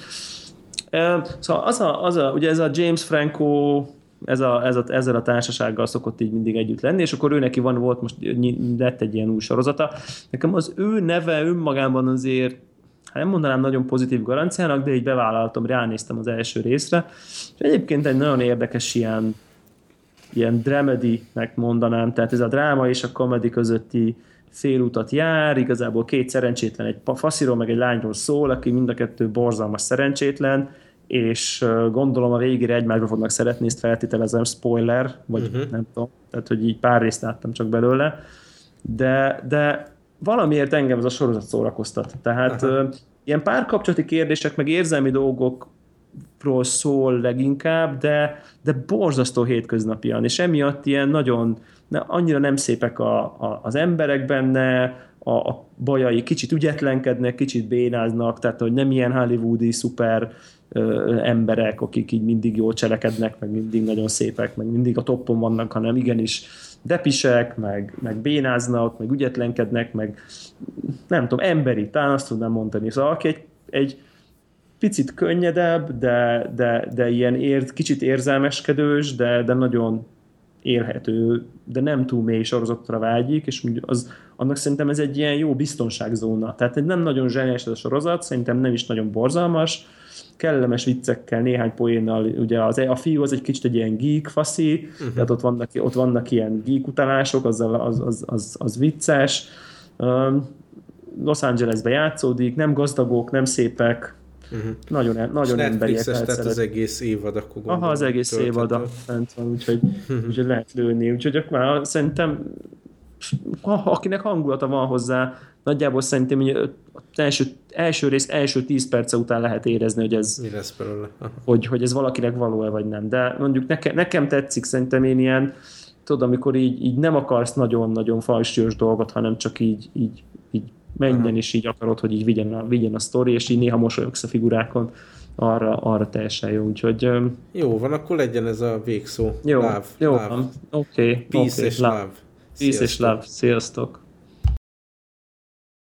Szóval ugye ez a James Franco, ezzel a társasággal szokott így mindig együtt lenni, és akkor ő neki volt most lett egy ilyen új sorozata. Nekem az ő neve önmagában azért, nem mondanám nagyon pozitív garanciának, de így bevállaltam, ránéztem az első részre, és egyébként egy nagyon érdekes ilyen dramedy-nek mondanám, tehát ez a dráma és a komedi közötti félútat jár, igazából két szerencsétlen, egy fasziról meg egy lányról szól, aki mind a kettő borzalmas szerencsétlen, és gondolom a végére egymásba fognak szeretni, ezt feltételezem, spoiler, vagy nem tudom, tehát hogy így pár részt láttam csak belőle, de valamiért engem ez a sorozat szórakoztat. Tehát ilyen párkapcsolati kérdések, meg érzelmi dolgokról szól leginkább, de borzasztó hétköznapian, és emiatt ilyen nagyon, annyira nem szépek az emberek benne, a bajai kicsit ügyetlenkednek, kicsit bénáznak, tehát hogy nem ilyen hollywoodi szuper emberek, akik így mindig jól cselekednek, meg mindig nagyon szépek, meg mindig a toppon vannak, hanem igenis depisek, meg bénáznak, meg ügyetlenkednek, meg nem tudom, emberi, talán azt tudnám mondani. Szóval aki egy picit könnyedebb, de ilyen kicsit érzelmeskedős, de nagyon élhető, de nem túl mély sorozatra vágyik, és annak szerintem ez egy ilyen jó biztonságzóna. Tehát nem nagyon zseniális ez a sorozat, szerintem nem is nagyon borzalmas, kellemes viccekkel, néhány poénnal, ugye a fiú az egy kicsit egy ilyen geek faszi, tehát ott vannak ilyen geek utalások, az vicces. Los Angelesben játszódik, nem gazdagok, nem szépek, nagyon emberiek. Tehát az egész évad akkor gondolom. Az egész évad fent van, úgyhogy lehet lőni. Úgyhogy már szerintem akinek hangulata van hozzá, nagyjából szerintem az első rész első 10 perce után lehet érezni, hogy ez, Mi lesz belőle? hogy ez valakinek való-e vagy nem. De mondjuk nekem tetszik, szerintem én ilyen, tudod, amikor így nem akarsz nagyon-nagyon falsúlyos dolgot, hanem csak így menjen, és így akarod, hogy így vigyen a sztori, és így néha mosolyogsz a figurákon, arra teljesen jó, úgyhogy... Jó van, akkor legyen ez a végszó. Jó, Love, jó love. van. Oké. Peace és love. Peace és love. Sziasztok.